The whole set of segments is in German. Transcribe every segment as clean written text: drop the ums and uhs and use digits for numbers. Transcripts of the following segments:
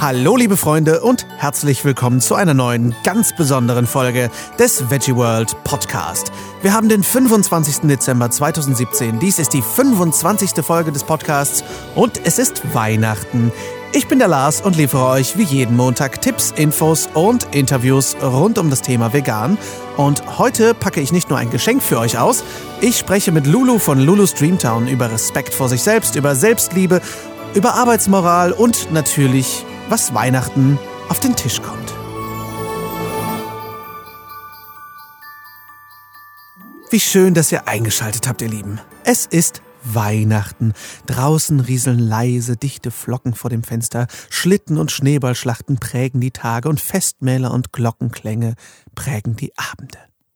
Hallo liebe Freunde und herzlich willkommen zu einer neuen, ganz besonderen Folge des Veggie World Podcast. Wir haben den 25. Dezember 2017, dies ist die 25. Folge des Podcasts und es ist Weihnachten. Ich bin der Lars und liefere euch wie jeden Montag Tipps, Infos und Interviews rund um das Thema Vegan. Und heute packe ich nicht nur ein Geschenk für euch aus, ich spreche mit Lulu von Lulu's Dreamtown über Respekt vor sich selbst, über Selbstliebe, über Arbeitsmoral und natürlich, was Weihnachten auf den Tisch kommt. Wie schön, dass ihr eingeschaltet habt, ihr Lieben. Es ist Weihnachten. Draußen rieseln leise, dichte Flocken vor dem Fenster. Schlitten und Schneeballschlachten prägen die Tage und Festmäler und Glockenklänge prägen die Abende.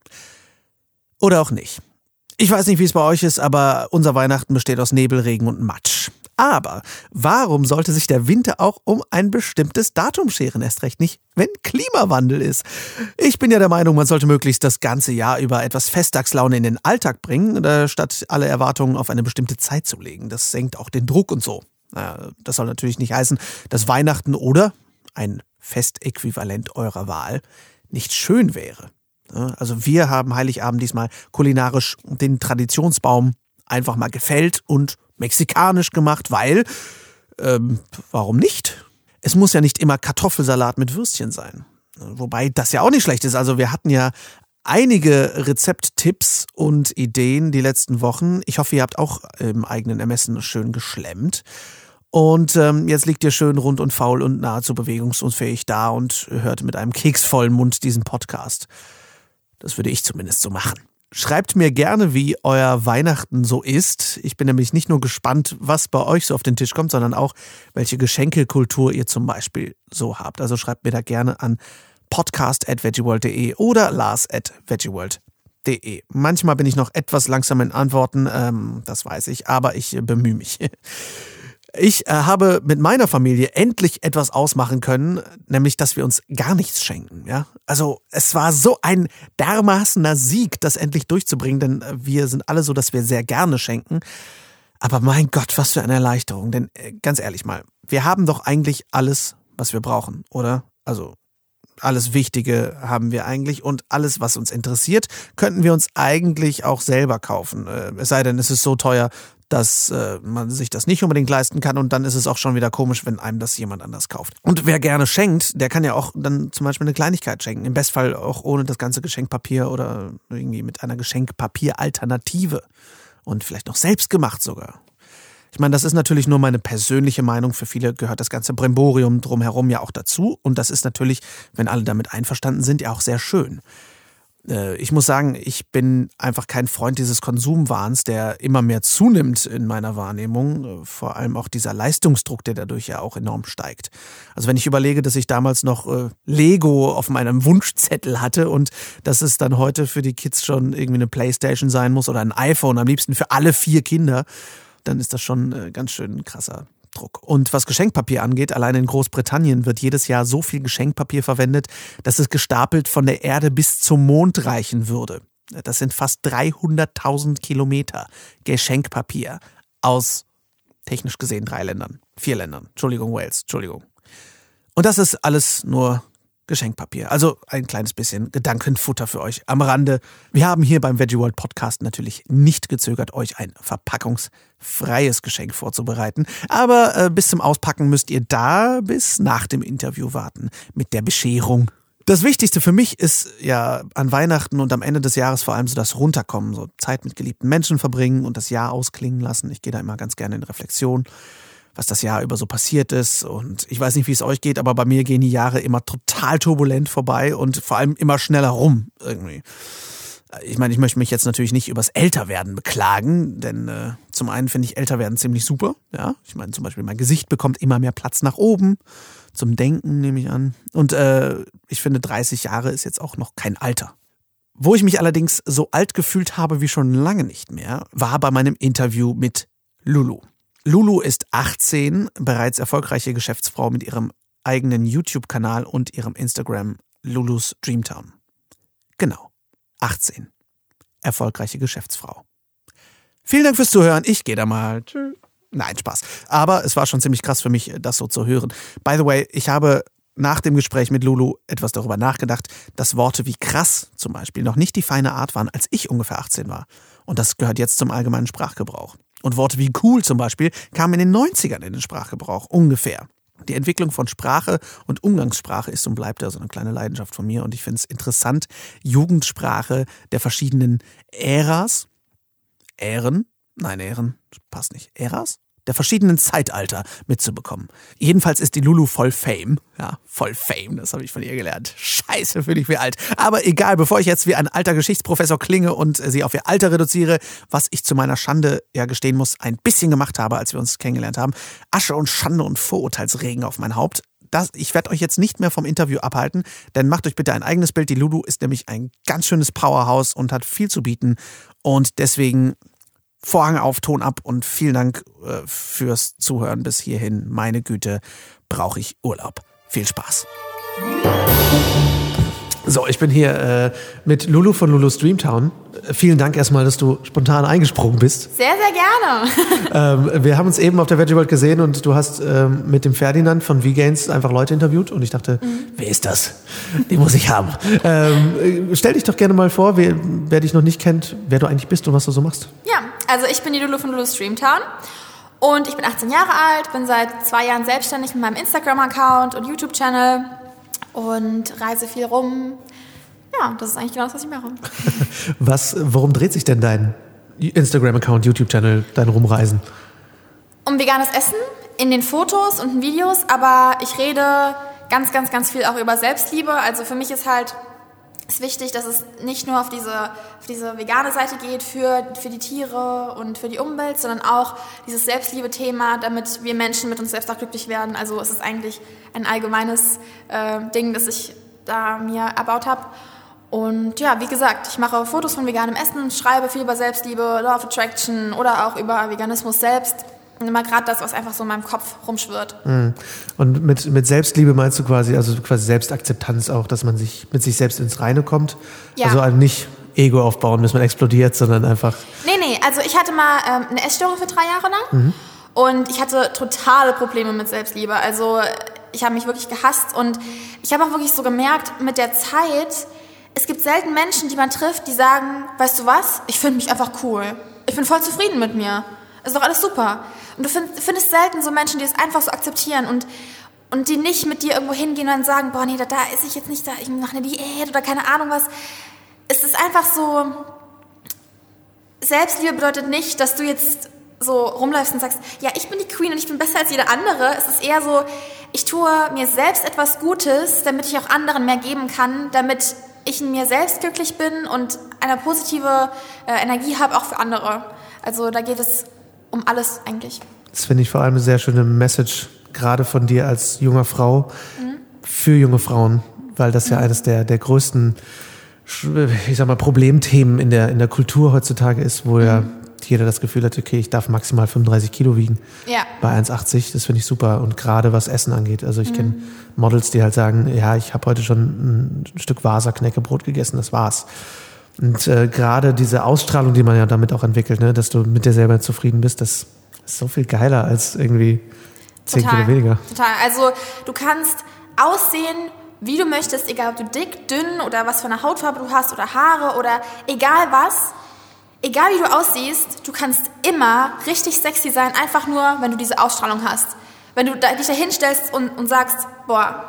Oder auch nicht. Ich weiß nicht, wie es bei euch ist, aber unser Weihnachten besteht aus Nebel, Regen und Matsch. Aber warum sollte sich der Winter auch um ein bestimmtes Datum scheren? Erst recht nicht, wenn Klimawandel ist. Ich bin ja der Meinung, man sollte möglichst das ganze Jahr über etwas Festtagslaune in den Alltag bringen, statt alle Erwartungen auf eine bestimmte Zeit zu legen. Das senkt auch den Druck und so. Das soll natürlich nicht heißen, dass Weihnachten oder ein Festäquivalent eurer Wahl nicht schön wäre. Also wir haben Heiligabend diesmal kulinarisch den Traditionsbaum einfach mal gefällt und mexikanisch gemacht, weil, warum nicht? Es muss ja nicht immer Kartoffelsalat mit Würstchen sein. Wobei das ja auch nicht schlecht ist. Also wir hatten ja einige Rezepttipps und Ideen die letzten Wochen. Ich hoffe, ihr habt auch im eigenen Ermessen schön geschlemmt. Und jetzt liegt ihr schön rund und faul und nahezu bewegungsunfähig da und hört mit einem keksvollen Mund diesen Podcast. Das würde ich zumindest so machen. Schreibt mir gerne, wie euer Weihnachten so ist. Ich bin nämlich nicht nur gespannt, was bei euch so auf den Tisch kommt, sondern auch, welche Geschenkekultur ihr zum Beispiel so habt. Also schreibt mir da gerne an podcast@veggieworld.de oder lars@veggieworld.de. Manchmal bin ich noch etwas langsam in Antworten, das weiß ich, aber ich bemühe mich. Ich habe mit meiner Familie endlich etwas ausmachen können, nämlich, dass wir uns gar nichts schenken. Ja? Also es war so ein dermaßener Sieg, das endlich durchzubringen, denn wir sind alle so, dass wir sehr gerne schenken. Aber mein Gott, was für eine Erleichterung. Denn ganz ehrlich mal, wir haben doch eigentlich alles, was wir brauchen, oder? Also alles Wichtige haben wir eigentlich und alles, was uns interessiert, könnten wir uns eigentlich auch selber kaufen. Es sei denn, es ist so teuer, dass man sich das nicht unbedingt leisten kann und dann ist es auch schon wieder komisch, wenn einem das jemand anders kauft. Und wer gerne schenkt, der kann ja auch dann zum Beispiel eine Kleinigkeit schenken. Im Bestfall auch ohne das ganze Geschenkpapier oder irgendwie mit einer Geschenkpapier-Alternative und vielleicht noch selbst gemacht sogar. Ich meine, das ist natürlich nur meine persönliche Meinung. Für viele gehört das ganze Brimborium drumherum ja auch dazu. Und das ist natürlich, wenn alle damit einverstanden sind, ja auch sehr schön. Ich muss sagen, ich bin einfach kein Freund dieses Konsumwahns, der immer mehr zunimmt in meiner Wahrnehmung. Vor allem auch dieser Leistungsdruck, der dadurch ja auch enorm steigt. Also wenn ich überlege, dass ich damals noch Lego auf meinem Wunschzettel hatte und dass es dann heute für die Kids schon irgendwie eine Playstation sein muss oder ein iPhone, am liebsten für alle 4 Kinder, dann ist das schon ganz schön ein krasser Druck. Und was Geschenkpapier angeht, allein in Großbritannien wird jedes Jahr so viel Geschenkpapier verwendet, dass es gestapelt von der Erde bis zum Mond reichen würde. Das sind fast 300.000 Kilometer Geschenkpapier aus, technisch gesehen, 4 Ländern. Wales, Entschuldigung. Und das ist alles nur Geschenkpapier. Also ein kleines bisschen Gedankenfutter für euch am Rande. Wir haben hier beim Veggie World Podcast natürlich nicht gezögert, euch ein verpackungsfreies Geschenk vorzubereiten. Aber bis zum Auspacken müsst ihr da bis nach dem Interview warten mit der Bescherung. Das Wichtigste für mich ist ja an Weihnachten und am Ende des Jahres vor allem so das Runterkommen, so Zeit mit geliebten Menschen verbringen und das Jahr ausklingen lassen. Ich gehe da immer ganz gerne in Reflexion, was das Jahr über so passiert ist. Und ich weiß nicht, wie es euch geht, aber bei mir gehen die Jahre immer total turbulent vorbei und vor allem immer schneller rum irgendwie. Ich meine, ich möchte mich jetzt natürlich nicht übers Älterwerden beklagen, denn zum einen finde ich Älterwerden ziemlich super. Ja, ich meine zum Beispiel, mein Gesicht bekommt immer mehr Platz nach oben, zum Denken nehme ich an. Und ich finde, 30 Jahre ist jetzt auch noch kein Alter. Wo ich mich allerdings so alt gefühlt habe wie schon lange nicht mehr, war bei meinem Interview mit Lulu. Lulu ist 18, bereits erfolgreiche Geschäftsfrau mit ihrem eigenen YouTube-Kanal und ihrem Instagram Lulu's Dreamtown. Genau, 18. Erfolgreiche Geschäftsfrau. Vielen Dank fürs Zuhören. Ich gehe da mal. Tschüss. Nein, Spaß. Aber es war schon ziemlich krass für mich, das so zu hören. By the way, ich habe nach dem Gespräch mit Lulu etwas darüber nachgedacht, dass Worte wie krass zum Beispiel noch nicht die feine Art waren, als ich ungefähr 18 war. Und das gehört jetzt zum allgemeinen Sprachgebrauch. Und Worte wie cool zum Beispiel kamen in den 90ern in den Sprachgebrauch, ungefähr. Die Entwicklung von Sprache und Umgangssprache ist und bleibt ja so eine kleine Leidenschaft von mir. Und ich finde es interessant, Jugendsprache der verschiedenen Äras, Ähren, passt nicht, Äras? Der verschiedenen Zeitalter mitzubekommen. Jedenfalls ist die Lulu voll Fame. Ja, voll Fame, das habe ich von ihr gelernt. Scheiße, fühle ich wie alt. Aber egal, bevor ich jetzt wie ein alter Geschichtsprofessor klinge und sie auf ihr Alter reduziere, was ich zu meiner Schande ja gestehen muss, ein bisschen gemacht habe, als wir uns kennengelernt haben. Asche und Schande und Vorurteilsregen auf mein Haupt. Ich werde euch jetzt nicht mehr vom Interview abhalten, denn macht euch bitte ein eigenes Bild. Die Lulu ist nämlich ein ganz schönes Powerhouse und hat viel zu bieten. Und deswegen Vorhang auf, Ton ab und vielen Dank fürs Zuhören bis hierhin. Meine Güte, brauche ich Urlaub. Viel Spaß. So, ich bin hier mit Lulu von Lulu's Dreamtown. Vielen Dank erstmal, dass du spontan eingesprungen bist. Sehr, sehr gerne. Wir haben uns eben auf der Veggie World gesehen und du hast mit dem Ferdinand von V-Gains einfach Leute interviewt und ich dachte, wer ist das? Die muss ich haben. Stell dich doch gerne mal vor, wer dich noch nicht kennt, wer du eigentlich bist und was du so machst. Ja, also ich bin die Lulu von Lulu's Dreamtown und ich bin 18 Jahre alt, bin seit 2 Jahren selbstständig mit meinem Instagram-Account und YouTube-Channel und reise viel rum. Ja, das ist eigentlich genau das, was ich mache. Worum dreht sich denn dein Instagram-Account, YouTube-Channel, dein Rumreisen? Um veganes Essen in den Fotos und in Videos, aber ich rede ganz, ganz, ganz viel auch über Selbstliebe. Also für mich ist wichtig, dass es nicht nur auf diese vegane Seite geht für die Tiere und für die Umwelt, sondern auch dieses Selbstliebe-Thema, damit wir Menschen mit uns selbst auch glücklich werden. Also es ist eigentlich ein allgemeines Ding, das ich da mir erbaut habe. Und ja, wie gesagt, ich mache Fotos von veganem Essen, schreibe viel über Selbstliebe, Law of Attraction oder auch über Veganismus selbst. Und immer gerade das, was einfach so in meinem Kopf rumschwirrt. Und mit Selbstliebe meinst du quasi Selbstakzeptanz auch, dass man mit sich selbst ins Reine kommt? Ja. Also nicht Ego aufbauen, bis man explodiert, sondern einfach... Nee, also ich hatte mal eine Essstörung für 3 Jahre lang und ich hatte totale Probleme mit Selbstliebe. Also ich habe mich wirklich gehasst und ich habe auch wirklich so gemerkt, mit der Zeit... Es gibt selten Menschen, die man trifft, die sagen, weißt du was, ich finde mich einfach cool. Ich bin voll zufrieden mit mir. Ist doch alles super. Und du findest selten so Menschen, die es einfach so akzeptieren und die nicht mit dir irgendwo hingehen und dann sagen, boah, nee, da esse ich jetzt nicht, ich mache eine Diät oder keine Ahnung was. Es ist einfach so, Selbstliebe bedeutet nicht, dass du jetzt so rumläufst und sagst, ja, ich bin die Queen und ich bin besser als jeder andere. Es ist eher so, ich tue mir selbst etwas Gutes, damit ich auch anderen mehr geben kann, damit ich in mir selbst glücklich bin und eine positive Energie habe, auch für andere. Also da geht es um alles eigentlich. Das finde ich vor allem eine sehr schöne Message, gerade von dir als junger Frau, für junge Frauen, weil das ja eines der größten, ich sag mal, Problemthemen in der Kultur heutzutage ist, wo ja jeder das Gefühl hat, okay, ich darf maximal 35 Kilo wiegen. Ja. Bei 1,80, das finde ich super. Und gerade was Essen angeht. Also ich kenne Models, die halt sagen, ja, ich habe heute schon ein Stück Vasa-Knäckebrot gegessen, das war's. Und gerade diese Ausstrahlung, die man ja damit auch entwickelt, ne, dass du mit dir selber zufrieden bist, das ist so viel geiler als irgendwie 10 Kilo weniger. Total. Also du kannst aussehen, wie du möchtest, egal ob du dick, dünn oder was für eine Hautfarbe du hast oder Haare oder egal was. Egal wie du aussiehst, du kannst immer richtig sexy sein, einfach nur, wenn du diese Ausstrahlung hast. Wenn du dich da hinstellst und sagst, boah,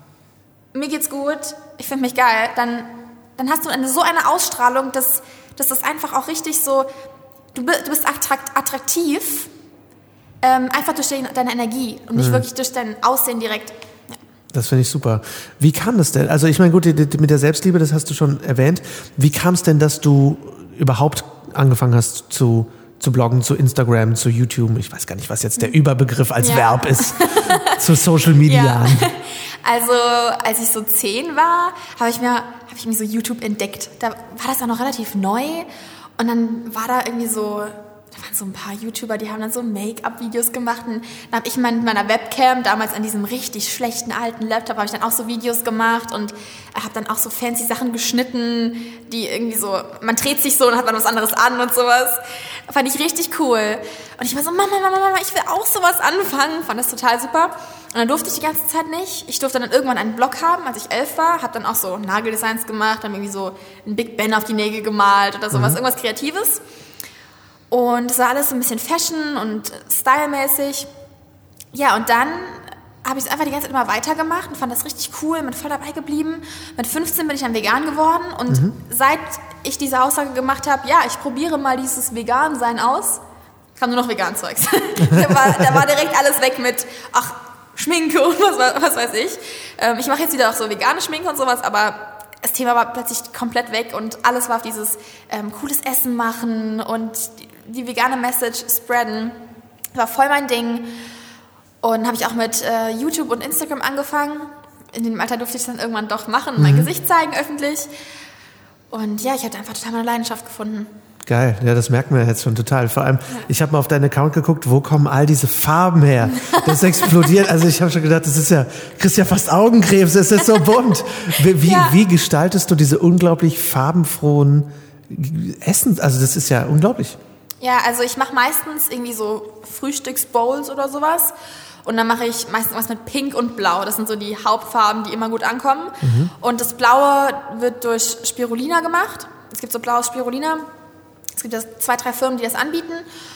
mir geht's gut, ich finde mich geil, dann hast du so eine Ausstrahlung, dass das einfach auch richtig so, du bist attraktiv, einfach durch deine Energie und nicht wirklich durch dein Aussehen direkt. Ja. Das finde ich super. Wie kam das denn? Also ich meine, gut, mit der Selbstliebe, das hast du schon erwähnt. Wie kam es denn, dass du überhaupt angefangen hast zu bloggen, zu Instagram, zu YouTube? Ich weiß gar nicht, was jetzt der Überbegriff als Verb ist. Zu Social Media. Ja. Also als ich so 10 war, habe ich mir so YouTube entdeckt. Da war das auch noch relativ neu und dann war da irgendwie so... Da waren so ein paar YouTuber, die haben dann so Make-up-Videos gemacht. Und dann habe ich mit meiner Webcam, damals an diesem richtig schlechten alten Laptop, habe ich dann auch so Videos gemacht und habe dann auch so fancy Sachen geschnitten, die irgendwie so, man dreht sich so und hat dann was anderes an und sowas. Fand ich richtig cool. Und ich war so, Mama, ich will auch sowas anfangen. Fand das total super. Und dann durfte ich die ganze Zeit nicht. Ich durfte dann irgendwann einen Blog haben, als ich 11 war. Habe dann auch so Nageldesigns gemacht, dann irgendwie so einen Big Ben auf die Nägel gemalt oder sowas, irgendwas Kreatives. Und das war alles so ein bisschen Fashion und stylmäßig. Ja, und dann habe ich es einfach die ganze Zeit immer weitergemacht und fand das richtig cool, bin voll dabei geblieben. Mit 15 bin ich dann vegan geworden und seit ich diese Aussage gemacht habe, ja, ich probiere mal dieses Vegan-Sein aus, kam nur noch Vegan-Zeugs. da war direkt alles weg mit, ach, Schminke und was weiß ich. Ich mache jetzt wieder auch so vegane Schminke und sowas, aber das Thema war plötzlich komplett weg und alles war auf dieses cooles Essen machen und die vegane Message spreaden. Das war voll mein Ding. Und habe ich auch mit YouTube und Instagram angefangen. In dem Alter durfte ich es dann irgendwann doch machen, mein Gesicht zeigen öffentlich. Und ja, ich hatte einfach total meine Leidenschaft gefunden. Geil, ja, das merkt man jetzt schon total. Vor allem, ich habe mal auf deinen Account geguckt, wo kommen all diese Farben her? Das explodiert. Also ich habe schon gedacht, das ist ja, kriegst ja fast Augenkrebs, das ist so bunt. Wie gestaltest du diese unglaublich farbenfrohen Essen? Also das ist ja unglaublich. Ja, also ich mache meistens irgendwie so Frühstücksbowls oder sowas. Und dann mache ich meistens was mit Pink und Blau. Das sind so die Hauptfarben, die immer gut ankommen. Und das Blaue wird durch Spirulina gemacht. Es gibt so blaues Spirulina. Es gibt 2, 3 Firmen, die das anbieten.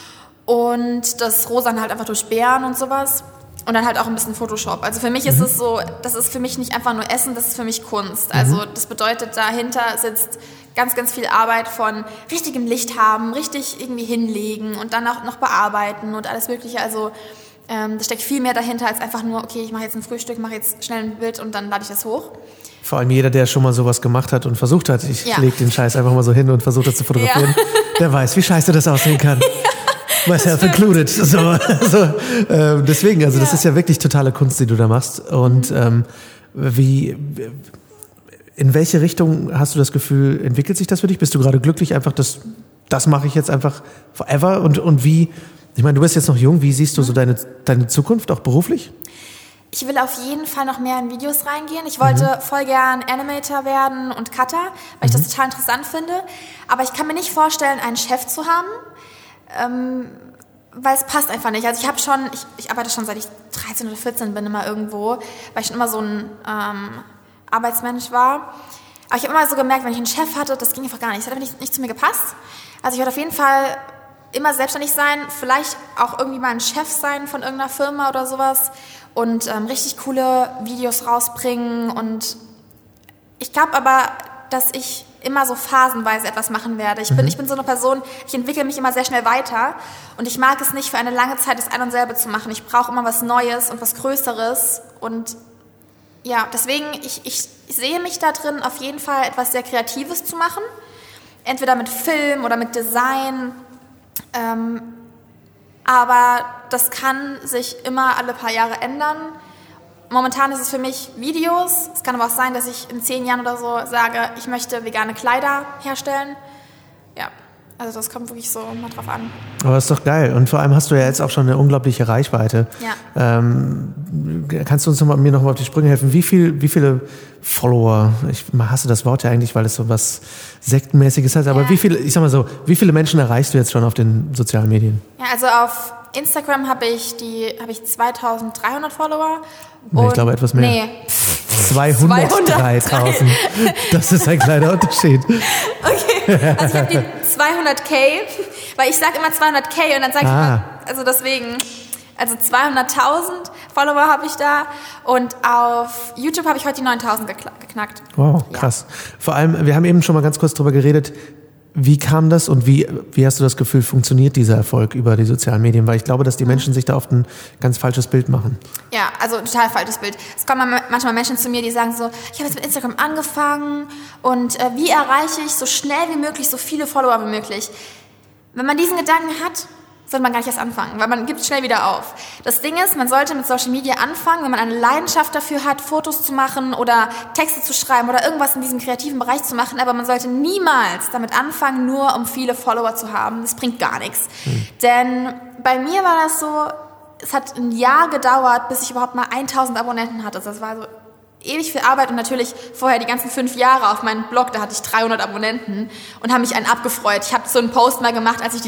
Und das Rosa halt einfach durch Beeren und sowas. Und dann halt auch ein bisschen Photoshop. Also für mich ist es so, das ist für mich nicht einfach nur Essen, das ist für mich Kunst. Also das bedeutet, dahinter sitzt ganz, ganz viel Arbeit von richtigem Licht haben, richtig irgendwie hinlegen und dann auch noch bearbeiten und alles Mögliche. Also da steckt viel mehr dahinter als einfach nur, okay, ich mache jetzt ein Frühstück, mache jetzt schnell ein Bild und dann lade ich das hoch. Vor allem jeder, der schon mal sowas gemacht hat und versucht hat, ich lege den Scheiß einfach mal so hin und versuche das zu fotografieren, der weiß, wie scheiße das aussehen kann. Myself included. Deswegen, also das ist ja wirklich totale Kunst, die du da machst. Und in welche Richtung hast du das Gefühl, entwickelt sich das für dich? Bist du gerade glücklich, einfach das mache ich jetzt einfach forever? Und wie, ich meine, du bist jetzt noch jung, wie siehst du so deine Zukunft, auch beruflich? Ich will auf jeden Fall noch mehr in Videos reingehen. Ich wollte voll gern Animator werden und Cutter, weil ich das total interessant finde. Aber ich kann mir nicht vorstellen, einen Chef zu haben, weil es passt einfach nicht. Also ich arbeite schon seit ich 13 oder 14 bin immer irgendwo, weil ich schon immer so ein Arbeitsmensch war. Aber ich habe immer so gemerkt, wenn ich einen Chef hatte, das ging einfach gar nicht. Das hat einfach nicht zu mir gepasst. Also ich werde auf jeden Fall immer selbstständig sein, vielleicht auch irgendwie mal ein Chef sein von irgendeiner Firma oder sowas und richtig coole Videos rausbringen. Und ich glaube aber, dass ich immer so phasenweise etwas machen werde. Ich bin so eine Person, ich entwickle mich immer sehr schnell weiter und ich mag es nicht, für eine lange Zeit das ein und selbe zu machen. Ich brauche immer was Neues und was Größeres und ja, deswegen, ich sehe mich da drin, auf jeden Fall etwas sehr Kreatives zu machen. Entweder mit Film oder mit Design. Aber das kann sich immer alle paar Jahre ändern. Momentan ist es für mich Videos. Es kann aber auch sein, dass ich in 10 Jahren oder so sage, ich möchte vegane Kleider herstellen. Ja, also das kommt wirklich so mal drauf an. Aber das ist doch geil. Und vor allem hast du ja jetzt auch schon eine unglaubliche Reichweite. Ja. Kannst du uns mir noch mal auf die Sprünge helfen? Wie viele Follower, ich hasse das Wort ja eigentlich, weil es so was Sektenmäßiges hat, aber wie viele Menschen erreichst du jetzt schon auf den sozialen Medien? Ja, also auf Instagram habe ich 2300 Follower. Nee, ich glaube etwas mehr. Nee. 203.000. Das ist ein kleiner Unterschied. Okay, also ich habe die 200.000, weil ich sage immer 200.000 und dann sage ich immer, also deswegen, also 200.000 Follower habe ich da und auf YouTube habe ich heute die 9.000 geknackt. Wow, krass. Ja. Vor allem, wir haben eben schon mal ganz kurz drüber geredet, wie kam das und wie hast du das Gefühl, funktioniert dieser Erfolg über die sozialen Medien? Weil ich glaube, dass die Menschen sich da oft ein ganz falsches Bild machen. Ja, also ein total falsches Bild. Es kommen manchmal Menschen zu mir, die sagen so, ich habe jetzt mit Instagram angefangen und wie erreiche ich so schnell wie möglich so viele Follower wie möglich? Wenn man diesen Gedanken hat, sollte man gar nicht erst anfangen, weil man gibt schnell wieder auf. Das Ding ist, man sollte mit Social Media anfangen, wenn man eine Leidenschaft dafür hat, Fotos zu machen oder Texte zu schreiben oder irgendwas in diesem kreativen Bereich zu machen, aber man sollte niemals damit anfangen, nur um viele Follower zu haben. Das bringt gar nichts. Denn bei mir war das so, es hat ein Jahr gedauert, bis ich überhaupt mal 1000 Abonnenten hatte. Das war so ewig viel Arbeit und natürlich vorher die ganzen 5 Jahre auf meinem Blog, da hatte ich 300 Abonnenten und haben mich einen abgefreut. Ich habe so einen Post mal gemacht, als ich die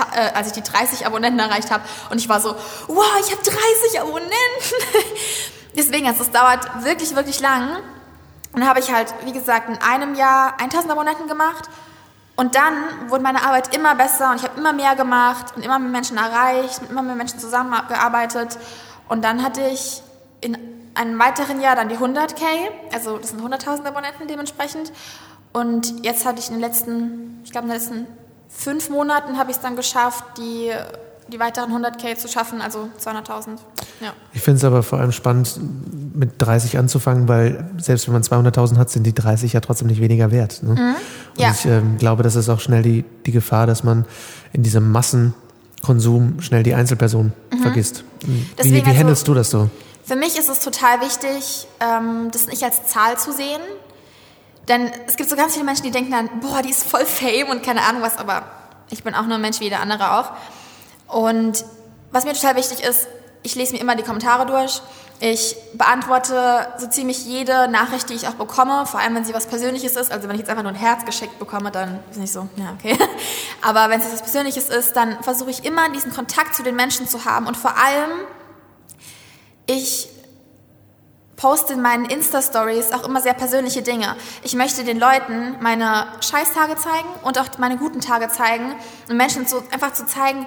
30 Abonnenten erreicht habe und ich war so, wow, ich habe 30 Abonnenten. Deswegen, also es dauert wirklich, wirklich lang. Und dann habe ich halt, wie gesagt, in einem Jahr 1000 Abonnenten gemacht und dann wurde meine Arbeit immer besser und ich habe immer mehr gemacht und immer mehr Menschen erreicht, mit immer mehr Menschen zusammengearbeitet und dann hatte ich in einem weiteren Jahr dann die 100.000, also das sind 100.000 Abonnenten dementsprechend. Und jetzt hatte ich in den letzten 5 Monaten habe ich es dann geschafft, die weiteren 100.000 zu schaffen, also 200.000. Ja. Ich finde es aber vor allem spannend, mit 30 anzufangen, weil selbst wenn man 200.000 hat, sind die 30 ja trotzdem nicht weniger wert. Ne? Mhm. Ja. Und ich glaube, das ist auch schnell die Gefahr, dass man in diesem Massenkonsum schnell die Einzelperson vergisst. Wie handelst du das so? Für mich ist es total wichtig, das nicht als Zahl zu sehen. Denn es gibt so ganz viele Menschen, die denken dann, boah, die ist voll Fame und keine Ahnung was, aber ich bin auch nur ein Mensch wie jeder andere auch. Und was mir total wichtig ist, ich lese mir immer die Kommentare durch. Ich beantworte so ziemlich jede Nachricht, die ich auch bekomme, vor allem wenn sie was Persönliches ist. Also wenn ich jetzt einfach nur ein Herz geschickt bekomme, dann ist nicht so, ja, okay. Aber wenn es was Persönliches ist, dann versuche ich immer diesen Kontakt zu den Menschen zu haben und vor allem ich poste in meinen Insta-Stories auch immer sehr persönliche Dinge. Ich möchte den Leuten meine Scheißtage zeigen und auch meine guten Tage zeigen und Menschen einfach zu zeigen,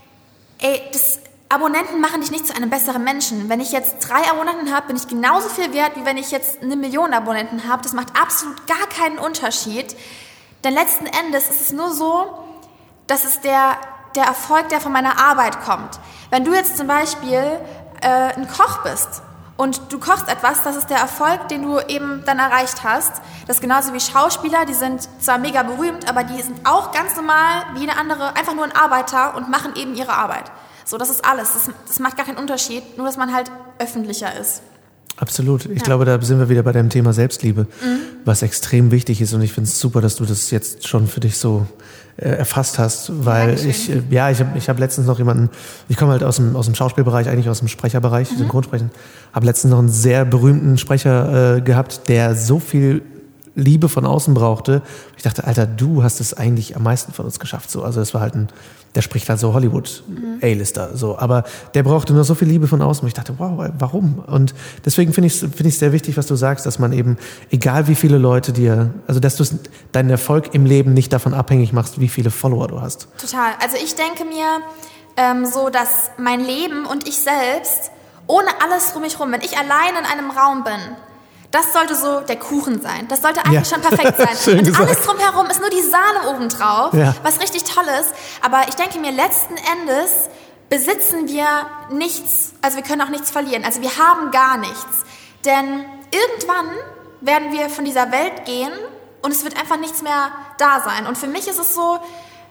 ey, Abonnenten machen dich nicht zu einem besseren Menschen. Wenn ich jetzt 3 Abonnenten habe, bin ich genauso viel wert, wie wenn ich jetzt 1 Million Abonnenten habe. Das macht absolut gar keinen Unterschied. Denn letzten Endes ist es nur so, dass es der Erfolg, der von meiner Arbeit kommt. Wenn du jetzt zum Beispiel ein Koch bist und du kochst etwas, das ist der Erfolg, den du eben dann erreicht hast. Das ist genauso wie Schauspieler, die sind zwar mega berühmt, aber die sind auch ganz normal wie jede andere, einfach nur ein Arbeiter und machen eben ihre Arbeit. So, das ist alles. Das macht gar keinen Unterschied, nur dass man halt öffentlicher ist. Absolut. Ich glaube, da sind wir wieder bei dem Thema Selbstliebe, was extrem wichtig ist und ich finde es super, dass du das jetzt schon für dich so erfasst hast, weil ich habe letztens noch jemanden, ich komme halt aus dem Schauspielbereich, eigentlich aus dem Sprecherbereich, Synchronsprechen, habe letztens noch einen sehr berühmten Sprecher gehabt, der so viel Liebe von außen brauchte. Ich dachte, Alter, du hast es eigentlich am meisten von uns geschafft. So, also es war halt der spricht halt so Hollywood A-Lister, so, aber der brauchte nur so viel Liebe von außen. Und ich dachte, wow, warum? Und deswegen finde ich sehr wichtig, was du sagst, dass man eben, egal wie viele Leute dass du deinen Erfolg im Leben nicht davon abhängig machst, wie viele Follower du hast. Total. Also ich denke mir so, dass mein Leben und ich selbst, ohne alles um mich rum, wenn ich allein in einem Raum bin, das sollte so der Kuchen sein. Das sollte eigentlich schon perfekt sein. Und alles drumherum ist nur die Sahne obendrauf, was richtig toll ist. Aber ich denke mir, letzten Endes besitzen wir nichts, also wir können auch nichts verlieren. Also wir haben gar nichts. Denn irgendwann werden wir von dieser Welt gehen und es wird einfach nichts mehr da sein. Und für mich ist es so,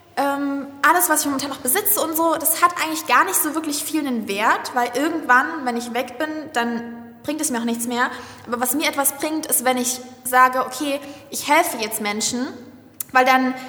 alles, was ich momentan noch besitze und so, das hat eigentlich gar nicht so wirklich viel einen Wert, weil irgendwann, wenn ich weg bin, dann bringt es mir auch nichts mehr. Aber was mir etwas bringt, ist, wenn ich sage, okay, ich helfe jetzt Menschen, weil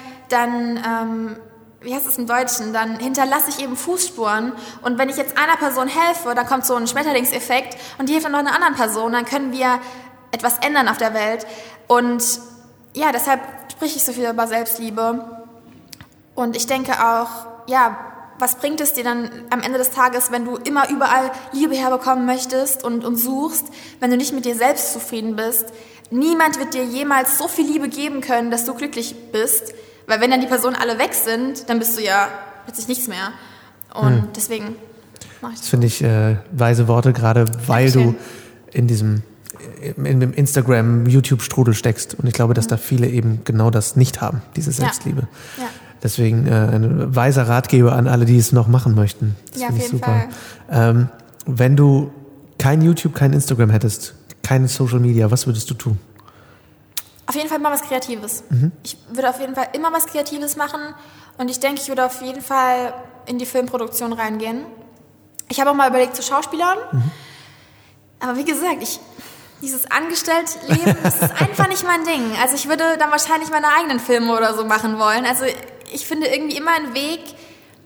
dann wie heißt es im Deutschen, dann hinterlasse ich eben Fußspuren. Und wenn ich jetzt einer Person helfe, dann kommt so ein Schmetterlingseffekt und die hilft dann noch einer anderen Person, dann können wir etwas ändern auf der Welt. Und ja, deshalb spreche ich so viel über Selbstliebe. Und ich denke auch, ja, was bringt es dir dann am Ende des Tages, wenn du immer überall Liebe herbekommen möchtest und suchst, wenn du nicht mit dir selbst zufrieden bist? Niemand wird dir jemals so viel Liebe geben können, dass du glücklich bist, weil wenn dann die Personen alle weg sind, dann bist du ja plötzlich nichts mehr. Und deswegen mache ich das. Das finde ich weise Worte, gerade weil du in dem Instagram, YouTube-Strudel steckst. Und ich glaube, dass da viele eben genau das nicht haben, diese Selbstliebe. Ja. Deswegen ein weiser Ratgeber an alle, die es noch machen möchten. Das finde ich super. Wenn du kein YouTube, kein Instagram hättest, keine Social Media, was würdest du tun? Auf jeden Fall mal was Kreatives. Ich würde auf jeden Fall immer was Kreatives machen und ich denke, ich würde auf jeden Fall in die Filmproduktion reingehen. Ich habe auch mal überlegt zu Schauspielern, aber wie gesagt, dieses Angestelltenleben, das ist einfach nicht mein Ding. Also ich würde dann wahrscheinlich meine eigenen Filme oder so machen wollen. Also ich finde irgendwie immer einen Weg,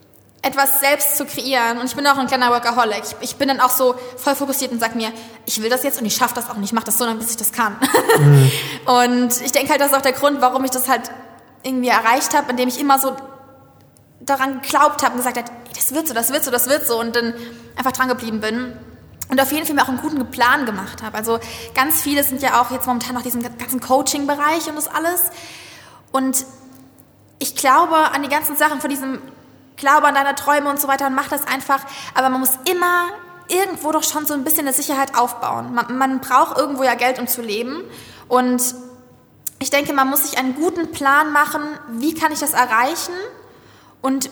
etwas selbst zu kreieren. Und ich bin auch ein kleiner Workaholic. Ich bin dann auch so voll fokussiert und sage mir, ich will das jetzt und ich schaffe das auch und ich mache das so lange, bis ich das kann. Und ich denke halt, das ist auch der Grund, warum ich das halt irgendwie erreicht habe, indem ich immer so daran geglaubt habe und gesagt habe, das wird so, das wird so, das wird so und dann einfach dran geblieben bin. Und auf jeden Fall mir auch einen guten Plan gemacht habe. Also ganz viele sind ja auch jetzt momentan nach diesem ganzen Coaching-Bereich und das alles. Und ich glaube an die ganzen Sachen von diesem Glaube an deine Träume und so weiter und mach das einfach. Aber man muss immer irgendwo doch schon so ein bisschen eine Sicherheit aufbauen. Man braucht irgendwo ja Geld, um zu leben. Und ich denke, man muss sich einen guten Plan machen, wie kann ich das erreichen und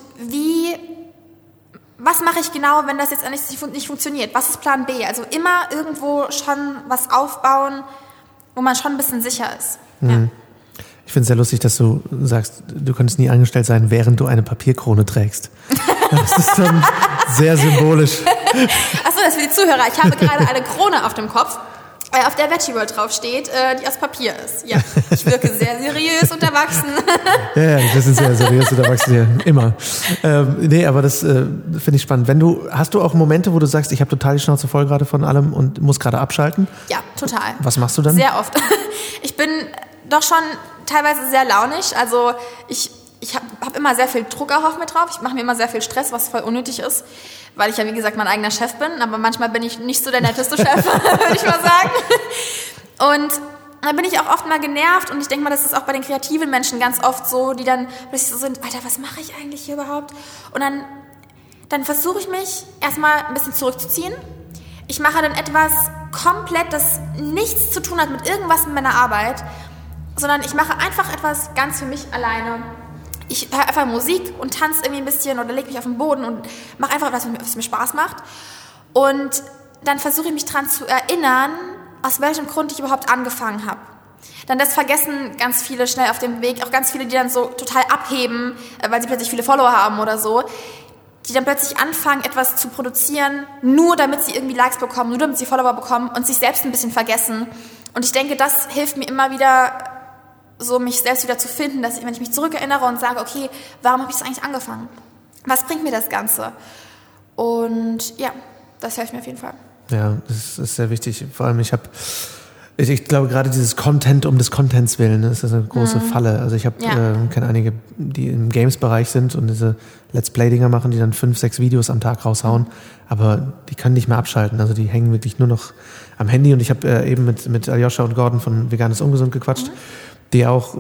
was mache ich genau, wenn das jetzt nicht funktioniert? Was ist Plan B? Also immer irgendwo schon was aufbauen, wo man schon ein bisschen sicher ist. Mhm. Ja. Ich finde es sehr lustig, dass du sagst, du könntest nie angestellt sein, während du eine Papierkrone trägst. Das ist dann sehr symbolisch. Achso, das ist für die Zuhörer. Ich habe gerade eine Krone auf dem Kopf, auf der Veggie World draufsteht, die aus Papier ist. Ja, ich wirke sehr seriös und erwachsen. Ja, das ist sehr seriös und erwachsen, ja, immer. Nee, aber das finde ich spannend. Hast du auch Momente, wo du sagst, ich habe total die Schnauze voll gerade von allem und muss gerade abschalten? Ja, total. Was machst du dann? Sehr oft. Ich bin doch schon teilweise sehr launig. Also ich habe immer sehr viel Druck auch auf mir drauf. Ich mache mir immer sehr viel Stress, was voll unnötig ist, weil ich ja, wie gesagt, mein eigener Chef bin. Aber manchmal bin ich nicht so der netteste Chef, würde ich mal sagen. Und dann bin ich auch oft mal genervt. Und ich denke mal, das ist auch bei den kreativen Menschen ganz oft so, die dann plötzlich so sind, Alter, was mache ich eigentlich hier überhaupt? Und dann versuche ich mich erstmal ein bisschen zurückzuziehen. Ich mache dann etwas komplett, das nichts zu tun hat mit irgendwas mit meiner Arbeit, sondern ich mache einfach etwas ganz für mich alleine. Ich höre einfach Musik und tanze irgendwie ein bisschen oder lege mich auf den Boden und mache einfach etwas, was mir Spaß macht. Und dann versuche ich mich daran zu erinnern, aus welchem Grund ich überhaupt angefangen habe. Dann das vergessen ganz viele schnell auf dem Weg, auch ganz viele, die dann so total abheben, weil sie plötzlich viele Follower haben oder so, die dann plötzlich anfangen, etwas zu produzieren, nur damit sie irgendwie Likes bekommen, nur damit sie Follower bekommen und sich selbst ein bisschen vergessen. Und ich denke, das hilft mir immer wieder, so mich selbst wieder zu finden, dass wenn ich mich zurückerinnere und sage, okay, warum habe ich das eigentlich angefangen? Was bringt mir das Ganze? Und ja, das hilft mir auf jeden Fall. Ja, das ist sehr wichtig. Vor allem, ich glaube gerade dieses Content um des Contents willen, das ist eine große Falle. Also ich kenne einige, die im Games-Bereich sind und diese Let's Play-Dinger machen, die dann 5, 6 Videos am Tag raushauen, aber die können nicht mehr abschalten. Also die hängen wirklich nur noch am Handy. Und ich habe eben mit Aljoscha und Gordon von Vegan ist ungesund gequatscht, die auch,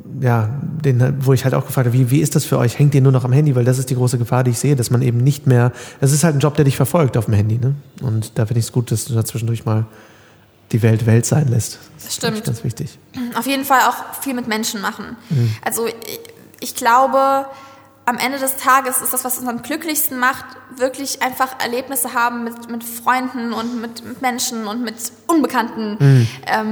wo ich halt auch gefragt habe, wie ist das für euch? Hängt ihr nur noch am Handy? Weil das ist die große Gefahr, die ich sehe, dass man eben nicht mehr, das ist halt ein Job, der dich verfolgt auf dem Handy, ne? Und da finde ich es gut, dass du da zwischendurch mal die Welt sein lässt. Das stimmt. Ganz wichtig. Auf jeden Fall auch viel mit Menschen machen. Also ich glaube, am Ende des Tages ist das, was uns am glücklichsten macht, wirklich einfach Erlebnisse haben mit Freunden und mit Menschen und mit Unbekannten.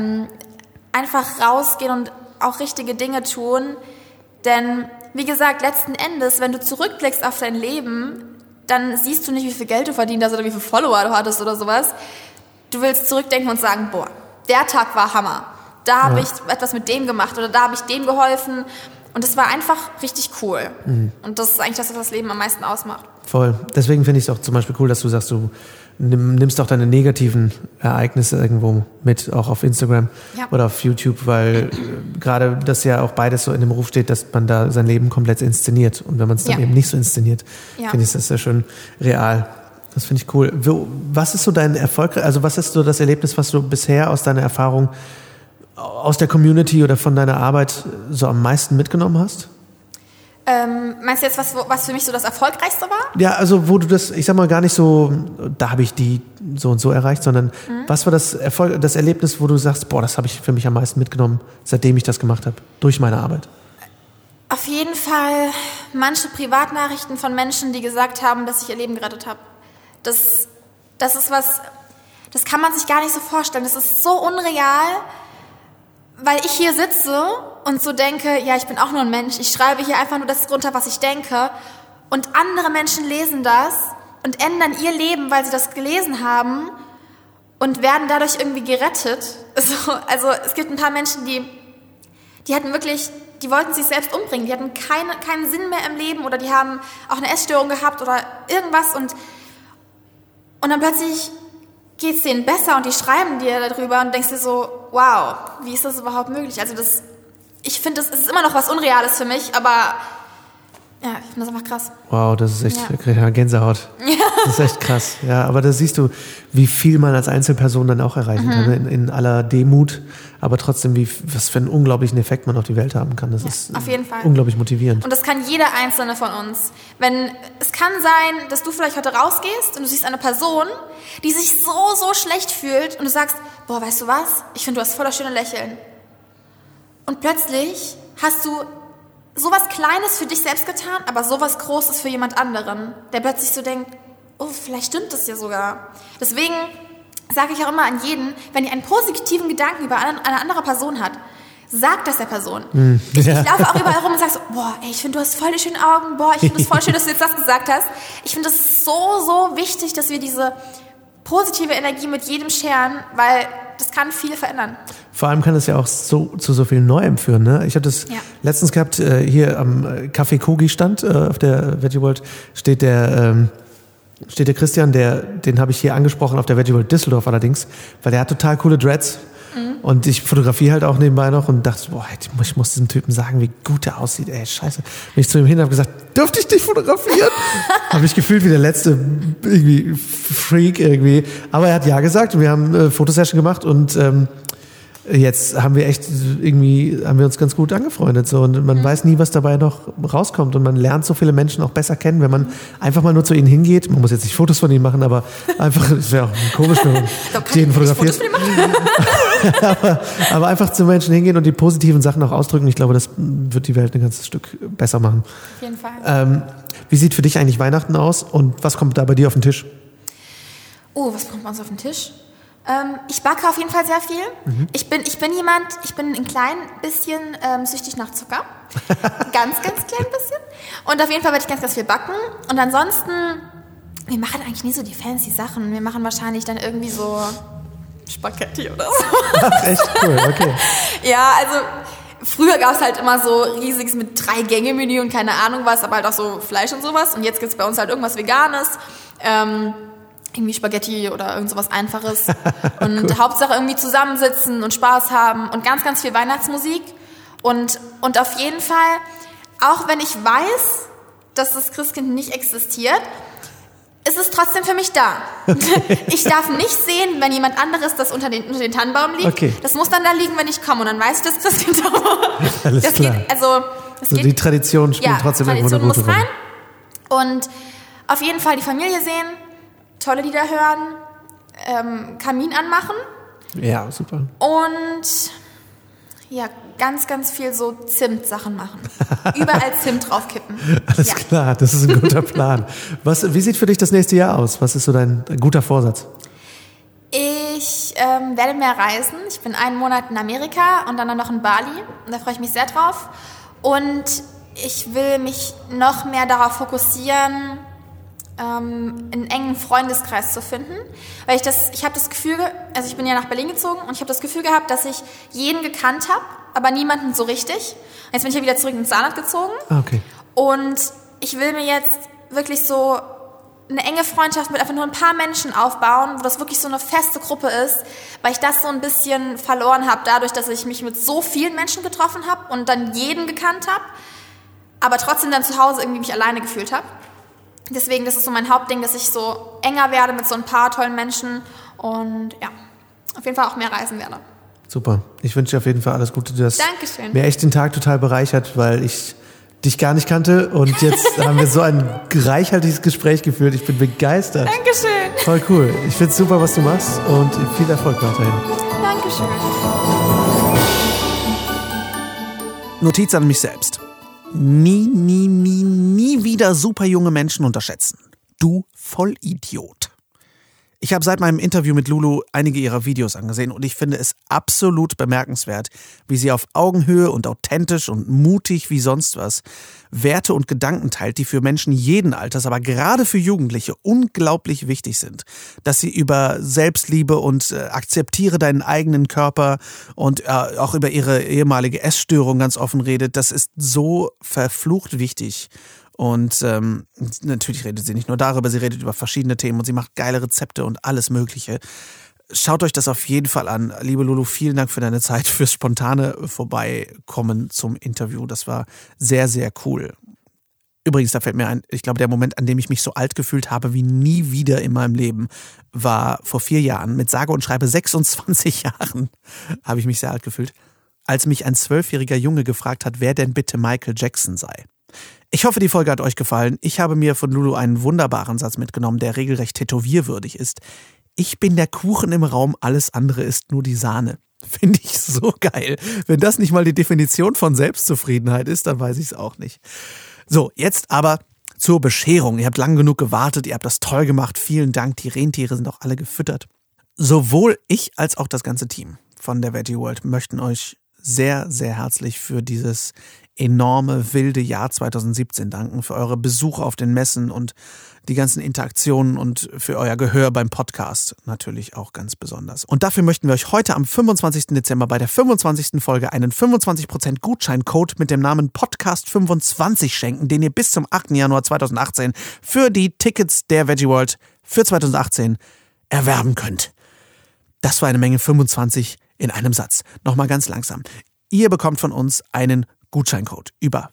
Einfach rausgehen und auch richtige Dinge tun. Denn, wie gesagt, letzten Endes, wenn du zurückblickst auf dein Leben, dann siehst du nicht, wie viel Geld du verdient hast oder wie viele Follower du hattest oder sowas. Du willst zurückdenken und sagen, boah, der Tag war Hammer. Da habe ich etwas mit dem gemacht oder da habe ich dem geholfen. Und es war einfach richtig cool. Und das ist eigentlich das, was das Leben am meisten ausmacht. Voll. Deswegen finde ich es auch zum Beispiel cool, dass du sagst, du nimmst auch deine negativen Ereignisse irgendwo mit, auch auf Instagram oder auf YouTube, weil gerade das ja auch beides so in dem Ruf steht, dass man da sein Leben komplett inszeniert. Und wenn man es dann eben nicht so inszeniert, finde ich das sehr schön real. Das finde ich cool. Was ist so dein Erfolg, also was ist so das Erlebnis, was du bisher aus deiner Erfahrung aus der Community oder von deiner Arbeit so am meisten mitgenommen hast? Meinst du jetzt, was für mich so das Erfolgreichste war? Ja, also wo du das, ich sag mal gar nicht so, da habe ich die so und so erreicht, sondern was war das Erlebnis, wo du sagst, boah, das habe ich für mich am meisten mitgenommen, seitdem ich das gemacht habe, durch meine Arbeit? Auf jeden Fall manche Privatnachrichten von Menschen, die gesagt haben, dass ich ihr Leben gerettet habe. Das ist was, das kann man sich gar nicht so vorstellen. Das ist so unreal, weil ich hier sitze und so denke, ja, ich bin auch nur ein Mensch. Ich schreibe hier einfach nur das runter, was ich denke. Und andere Menschen lesen das und ändern ihr Leben, weil sie das gelesen haben und werden dadurch irgendwie gerettet. Also es gibt ein paar Menschen, die hatten wirklich die wollten sich selbst umbringen. Die hatten keinen Sinn mehr im Leben oder die haben auch eine Essstörung gehabt oder irgendwas und dann plötzlich geht es denen besser und die schreiben dir darüber und denkst dir so, wow, wie ist das überhaupt möglich? Also ich finde, es ist immer noch was Unreales für mich, aber ja, ich finde das einfach krass. Wow, das ist echt Gänsehaut. Ja. Das ist echt krass. Ja, aber da siehst du, wie viel man als Einzelperson dann auch erreichen kann, in aller Demut, aber trotzdem, was für einen unglaublichen Effekt man auf die Welt haben kann. Das ist auf jeden Fall unglaublich motivierend. Und das kann jeder Einzelne von uns. Es kann sein, dass du vielleicht heute rausgehst und du siehst eine Person, die sich so schlecht fühlt und du sagst, boah, weißt du was? Ich finde, du hast voll das schöne Lächeln. Und plötzlich hast du sowas Kleines für dich selbst getan, aber sowas Großes für jemand anderen, der plötzlich so denkt, oh, vielleicht stimmt das ja sogar. Deswegen sage ich auch immer an jeden, wenn ihr einen positiven Gedanken über eine andere Person hat, sagt das der Person. Ich laufe auch überall rum und sage so, boah, ey, ich finde, du hast voll die schönen Augen, boah, ich finde es voll schön, dass du jetzt das gesagt hast. Ich finde, das ist so wichtig, dass wir diese positive Energie mit jedem scheren, weil das kann viel verändern. Vor allem kann es ja auch zu so viel Neuem führen. Ne? Ich habe das letztens gehabt, hier am Café Kogi stand, auf der Veggie World steht der Christian, den habe ich hier angesprochen, auf der Veggie World Düsseldorf allerdings, weil der hat total coole Dreads. Und ich fotografiere halt auch nebenbei noch und dachte, boah, ich muss diesem Typen sagen, wie gut der aussieht. Ey, scheiße. Bin ich zu ihm hin und habe gesagt, dürfte ich dich fotografieren? Habe ich gefühlt wie der letzte irgendwie Freak irgendwie. Aber er hat ja gesagt und wir haben eine Fotosession gemacht und jetzt haben wir uns ganz gut angefreundet so und man weiß nie, was dabei noch rauskommt und man lernt so viele Menschen auch besser kennen, wenn man einfach mal nur zu ihnen hingeht. Man muss jetzt nicht Fotos von ihnen machen, aber einfach, es wäre auch komisch, wenn man jeden fotografiert. aber einfach zu Menschen hingehen und die positiven Sachen auch ausdrücken. Ich glaube, das wird die Welt ein ganzes Stück besser machen. Auf jeden Fall. Wie sieht für dich eigentlich Weihnachten aus und was kommt da bei dir auf den Tisch? Oh, was kommt bei uns auf den Tisch? Ich backe auf jeden Fall sehr viel. Ich bin ein klein bisschen süchtig nach Zucker. Ganz klein bisschen. Und auf jeden Fall werde ich ganz, ganz viel backen. Und ansonsten, wir machen eigentlich nie so die fancy Sachen. Wir machen wahrscheinlich dann irgendwie so Spaghetti oder so. Ach, echt cool, okay. Ja, also früher gab es halt immer so riesiges mit 3-Gänge-Menü und keine Ahnung was, aber halt auch so Fleisch und sowas. Und jetzt gibt es bei uns halt irgendwas Veganes. Irgendwie Spaghetti oder irgend sowas Einfaches. Und cool. Hauptsache irgendwie zusammensitzen und Spaß haben und ganz, ganz viel Weihnachtsmusik. Und auf jeden Fall, auch wenn ich weiß, dass das Christkind nicht existiert, ist es trotzdem für mich da. Ich darf nicht sehen, wenn jemand anderes das unter den Tannenbaum liegt. Okay. Das muss dann da liegen, wenn ich komme. Und dann weiß ich, dass Christkind da war. Alles klar. Die Tradition spielt trotzdem irgendwo eine gute Rolle. Muss rein. Und auf jeden Fall die Familie sehen, tolle Lieder hören, Kamin anmachen. Ja, super. Und ja, ganz, ganz viel so Zimt-Sachen machen. Überall Zimt draufkippen. Alles klar, das ist ein guter Plan. Wie sieht für dich das nächste Jahr aus? Was ist so dein guter Vorsatz? Ich werde mehr reisen. Ich bin 1 Monat in Amerika und dann noch in Bali. Und da freue ich mich sehr drauf. Und ich will mich noch mehr darauf fokussieren, einen engen Freundeskreis zu finden, weil ich habe das Gefühl, also ich bin ja nach Berlin gezogen und ich habe das Gefühl gehabt, dass ich jeden gekannt habe, aber niemanden so richtig. Jetzt bin ich ja wieder zurück ins Saarland gezogen. Okay. Und ich will mir jetzt wirklich so eine enge Freundschaft mit einfach nur ein paar Menschen aufbauen, wo das wirklich so eine feste Gruppe ist, weil ich das so ein bisschen verloren habe, dadurch, dass ich mich mit so vielen Menschen getroffen habe und dann jeden gekannt habe, aber trotzdem dann zu Hause irgendwie mich alleine gefühlt habe. Deswegen, das ist so mein Hauptding, dass ich so enger werde mit so ein paar tollen Menschen und ja, auf jeden Fall auch mehr reisen werde. Super. Ich wünsche dir auf jeden Fall alles Gute. Du hast mir echt den Tag total bereichert, weil ich dich gar nicht kannte und jetzt haben wir so ein reichhaltiges Gespräch geführt. Ich bin begeistert. Dankeschön. Voll cool. Ich finde es super, was du machst und viel Erfolg weiterhin. Dankeschön. Notiz an mich selbst. Nie wieder super junge Menschen unterschätzen. Du Vollidiot. Ich habe seit meinem Interview mit Lulu einige ihrer Videos angesehen und ich finde es absolut bemerkenswert, wie sie auf Augenhöhe und authentisch und mutig wie sonst was Werte und Gedanken teilt, die für Menschen jeden Alters, aber gerade für Jugendliche unglaublich wichtig sind. Dass sie über Selbstliebe und akzeptiere deinen eigenen Körper und auch über ihre ehemalige Essstörung ganz offen redet, das ist so verflucht wichtig. Und natürlich redet sie nicht nur darüber, sie redet über verschiedene Themen und sie macht geile Rezepte und alles Mögliche. Schaut euch das auf jeden Fall an. Liebe Lulu, vielen Dank für deine Zeit, fürs spontane Vorbeikommen zum Interview. Das war sehr, sehr cool. Übrigens, da fällt mir ein, ich glaube, der Moment, an dem ich mich so alt gefühlt habe wie nie wieder in meinem Leben, war vor 4 Jahren. Mit sage und schreibe 26 Jahren habe ich mich sehr alt gefühlt, als mich ein 12-jähriger Junge gefragt hat, wer denn bitte Michael Jackson sei. Ich hoffe, die Folge hat euch gefallen. Ich habe mir von Lulu einen wunderbaren Satz mitgenommen, der regelrecht tätowierwürdig ist. Ich bin der Kuchen im Raum, alles andere ist nur die Sahne. Finde ich so geil. Wenn das nicht mal die Definition von Selbstzufriedenheit ist, dann weiß ich es auch nicht. So, jetzt aber zur Bescherung. Ihr habt lang genug gewartet, ihr habt das toll gemacht. Vielen Dank, die Rentiere sind auch alle gefüttert. Sowohl ich als auch das ganze Team von der Veggie World möchten euch sehr, sehr herzlich für dieses enorme, wilde Jahr 2017 danken, für eure Besuche auf den Messen und die ganzen Interaktionen und für euer Gehör beim Podcast natürlich auch ganz besonders. Und dafür möchten wir euch heute am 25. Dezember bei der 25. Folge einen 25% Gutscheincode mit dem Namen Podcast25 schenken, den ihr bis zum 8. Januar 2018 für die Tickets der Veggie World für 2018 erwerben könnt. Das war eine Menge 25 in einem Satz. Nochmal ganz langsam. Ihr bekommt von uns einen Gutscheincode über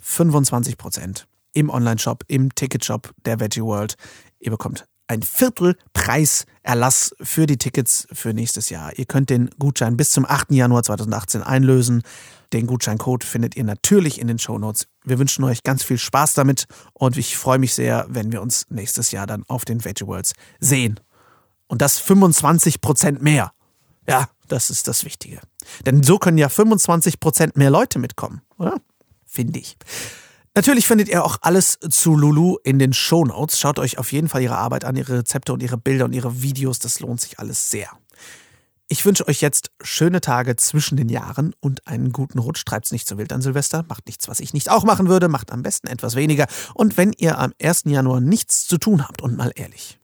25% im Onlineshop, im Ticketshop der Veggie World. Ihr bekommt ein Viertelpreiserlass für die Tickets für nächstes Jahr. Ihr könnt den Gutschein bis zum 8. Januar 2018 einlösen. Den Gutscheincode findet ihr natürlich in den Shownotes. Wir wünschen euch ganz viel Spaß damit und ich freue mich sehr, wenn wir uns nächstes Jahr dann auf den Veggie Worlds sehen. Und das 25% mehr. Ja, das ist das Wichtige. Denn so können ja 25% mehr Leute mitkommen, oder? Finde ich. Natürlich findet ihr auch alles zu Lulu in den Shownotes. Schaut euch auf jeden Fall ihre Arbeit an, ihre Rezepte und ihre Bilder und ihre Videos. Das lohnt sich alles sehr. Ich wünsche euch jetzt schöne Tage zwischen den Jahren und einen guten Rutsch. Treibt's nicht so wild an Silvester. Macht nichts, was ich nicht auch machen würde. Macht am besten etwas weniger. Und wenn ihr am 1. Januar nichts zu tun habt, und mal ehrlich,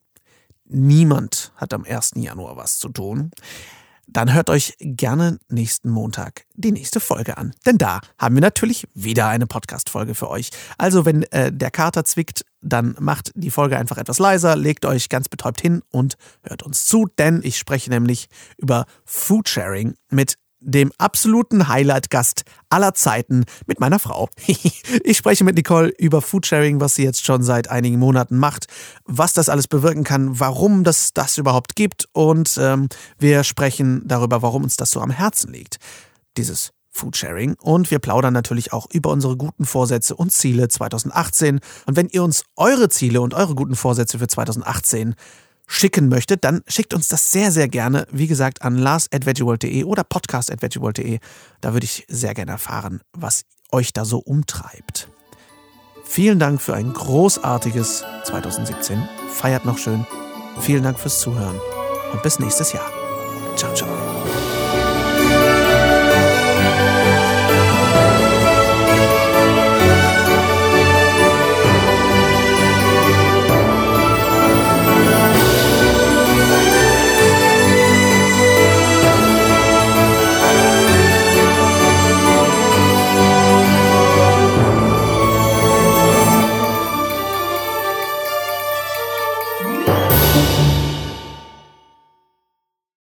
niemand hat am 1. Januar was zu tun, dann hört euch gerne nächsten Montag die nächste Folge an. Denn da haben wir natürlich wieder eine Podcast-Folge für euch. Also wenn der Kater zwickt, dann macht die Folge einfach etwas leiser, legt euch ganz betäubt hin und hört uns zu. Denn ich spreche nämlich über Foodsharing mit dem absoluten Highlight-Gast aller Zeiten, mit meiner Frau. Ich spreche mit Nicole über Foodsharing, was sie jetzt schon seit einigen Monaten macht, was das alles bewirken kann, warum das überhaupt gibt und wir sprechen darüber, warum uns das so am Herzen liegt, dieses Foodsharing. Und wir plaudern natürlich auch über unsere guten Vorsätze und Ziele 2018. Und wenn ihr uns eure Ziele und eure guten Vorsätze für 2018 schicken möchtet, dann schickt uns das sehr, sehr gerne, wie gesagt, an lars@veggieworld.de oder podcast@veggieworld.de. Da würde ich sehr gerne erfahren, was euch da so umtreibt. Vielen Dank für ein großartiges 2017. Feiert noch schön. Vielen Dank fürs Zuhören und bis nächstes Jahr. Ciao, ciao.